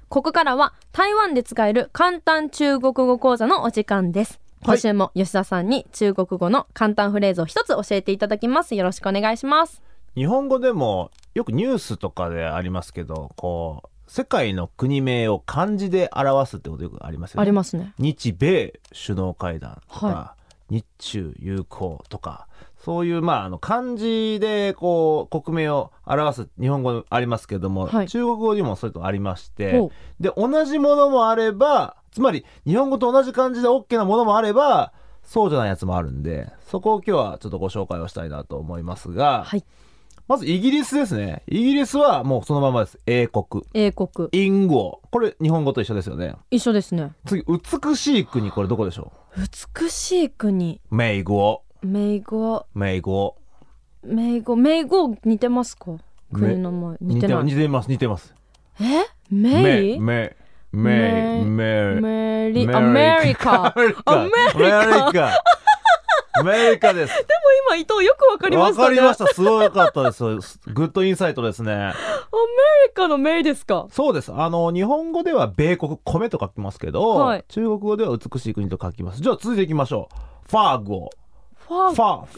ここからは台湾で使える簡単中国語講座のお時間です。今週も吉田さんに中国語の簡単フレーズを一つ教えていただきます。よろしくお願いします。 日本語でもよくニュースとかでありますけど、こう世界の国名を漢字で表すってことよくありますよね。 ありますね。 日米首脳会談とか、 は日中友好とか、そういう漢字でこう国名を表す日本語ありますけども、 はい中国語にもそういうのありましほて、 うで同じものもあれば、つまり日本語と同じ漢字で OK なものもあれば、そうじゃないやつもあるんで、そこを今日はちょっとご紹介をしたいなと思いますが、 はい。 まずイギリスですね。イギリスはもうそのままです。英国、 英国イン語、これ日本語と一緒ですよね。 一緒ですね。 次、美しい国、これどこでしょ美しい国、 う？メイ語、 名語、 メイ語。 名語似てますか？国の前似てない。 似てます。 メイメリアメリカです。 でも今伊藤よくわかりましたね。 わかりました。すごかったです。グッドインサイトですね。 アメリカのメイですか？ そうです。日本語では米国、米と書きますけど、 はい、 中国語では美しい国と書きます。じゃあ続いていきましょう。ファー語、ファ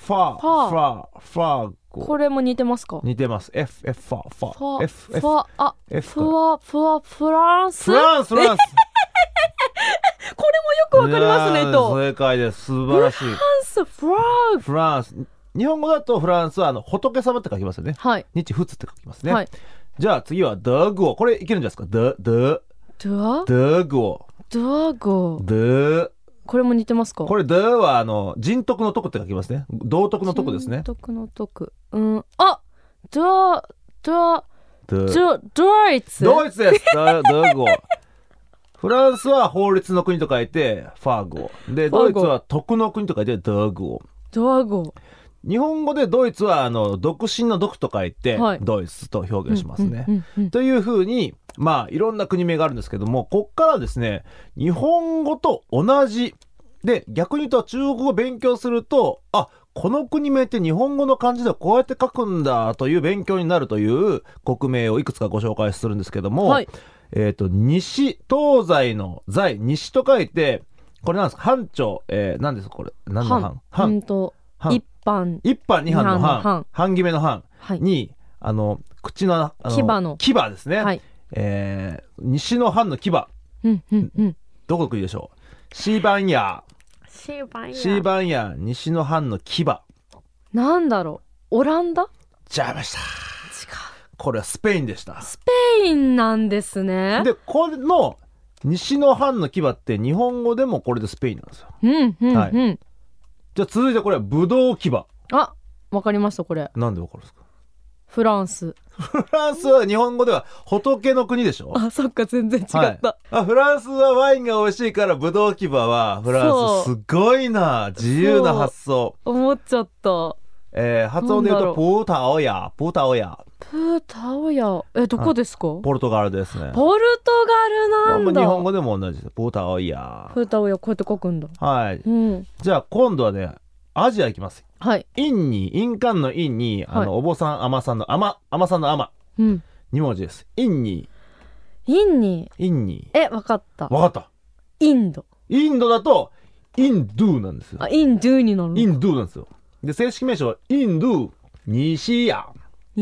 ー語。 これも似てますか？ 似てます。F ファフランスこれもよくわかりますね。と正解です。素晴らしい。フランス。日本語だとフランスは仏様って書きますよね。 はい。 日仏って書きますね。 はい。 じゃあ次は德語。これいけるんじゃないですか？德語。 これも似てますか？ これ德は人徳の徳って書きますね。道徳の徳ですね。 人徳の徳。ドイツです。德語。フランスは法律の国と書いてファー語で、ドイツは徳の国と書いて德語。日本語でドイツは独身の独と書いて、はい、ドイツと表現しますね。というふうにいろんな国名があるんですけども、こっからですね、日本語と同じで、逆に言うと中国語を勉強すると、この国名って日本語の漢字でこうやって書くんだという勉強になるという国名をいくつかご紹介するんですけども、はい、西、東西の西、西と書いて、これなんですか？藩庁、何ですかこれ？何の藩？藩一般二藩の藩、藩決めの藩に、口の牙ですね。はい、西の藩の牙。どこの国でしょう？シーバンヤ、西の藩の牙。 なんだろう？オランダ？ 違いました。これはスペインでした。 スペインなんですね。 で、これの西の藩の牙って日本語でもこれでスペインなんですよ。はい。じゃあ続いてこれはブドウ牙。 わかりました。これなんでわかるんですか？ フランスは日本語では仏の国でしょ。 そっか、全然違った。 フランスはワインが美味しいからブドウ牙はフランス。すごいな、自由な発想。 思っちゃった。 発音で言うとプータオヤ。 どこですか？ ポルトガルですね。 ポルトガルなんだ。 日本語でも同じです。プータオヤ、 こうやって書くんだ。 はい、じゃあ今度はね、アジア行きます。 はい。 印鑑の印にお坊さん尼さんの尼さんの尼、2文字です。印にわかった。インドだとインドゥなんですよ。 インドゥになる。 インドゥなんですよ。で、正式名称はインドゥ西ア。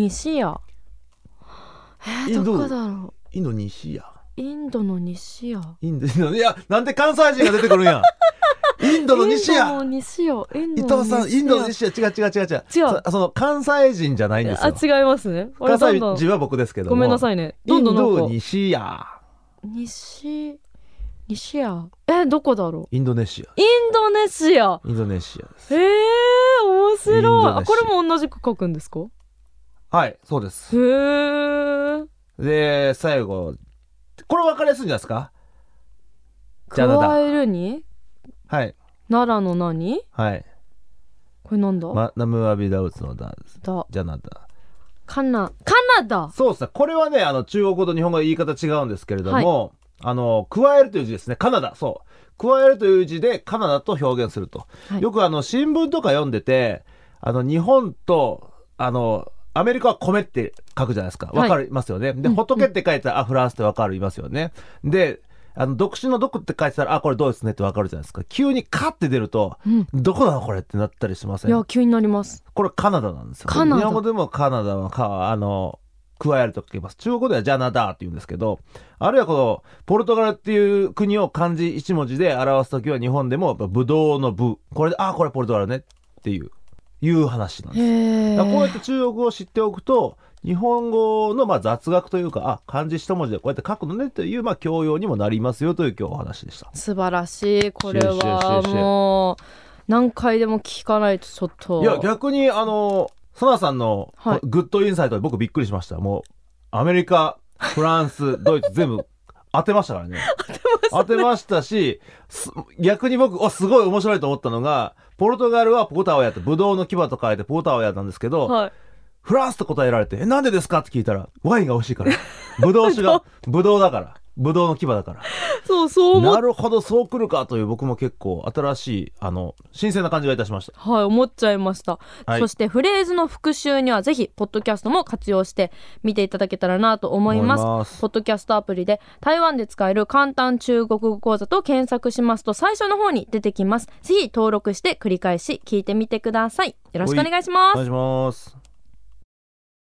どこだろう？ インド西ア。 インドの西ア。 いや、なんで関西人が出てくるんや。インドの西ア。伊藤さん、インドの西ア。違う。その関西人じゃないんですよ。 違いますね。 関西人は僕ですけども。 ごめんなさいね。 インド西ア。 西ア。どこだろう？ インドネシアです。 面白い。これも同じく書くんですか？ はい、そうです。で、最後、これ分かりやすいんじゃないですか？ 加えるに？はい。奈良の何？ はい。 これなんだ？ ナムアビダウツのダです。じゃなだ。 カナダ。 そうですね。これはね、中国語と日本語の言い方違うんですけれども、加えるという字ですね。カナダ。そう。加えるという字でカナダと表現すると。よく新聞とか読んでて、日本と、 アメリカは米って書くじゃないですか。わかりますよね。で、仏って書いたら、フランスってわかりますよね。で、独身の独って書いてたら、これドイツねってわかるじゃないですか。急にカって出ると、どこだこれってなったりしません？ いや、急になります。 これカナダなんですよ。日本語でもカナダは加えると書きます。中国語ではジャナダーって言うんですけど、あるいはこのポルトガルっていう国を漢字1文字で表すときは日本でもブドウのブ、これでこれポルトガルねっていう話なんです。だからこうやって中国語を知っておくと、日本語の雑学というか、漢字一文字でこうやって書くのねという教養にもなりますよという今日お話でした。 素晴らしい。これはもう何回でも聞かないとちょっと。 いや逆にソナさんのグッドインサイトで僕びっくりしました。もうアメリカ、フランス、ドイツ全部当てましたからね。当てましたし、逆に僕すごい面白いと思ったのが、ポルトガルはポタワヤってブドウの牙と書いてポタワヤなんですけど、フランスと答えられて、なんでですかって聞いたら、ワインが美味しいから。ブドウ酒がブドウだから。ブドウの牙だから。 そうなるほど、そうくるかという、僕も結構新しい新鮮な感じがいたしました。 思っちゃいました。そしてフレーズの復習にはぜひポッドキャストも活用して見ていただけたらなと思います。ポッドキャストアプリで台湾で使える簡単中国語講座と検索しますと最初の方に出てきます。ぜひ登録して繰り返し聞いてみてください。よろしくお願いします。 お願いします。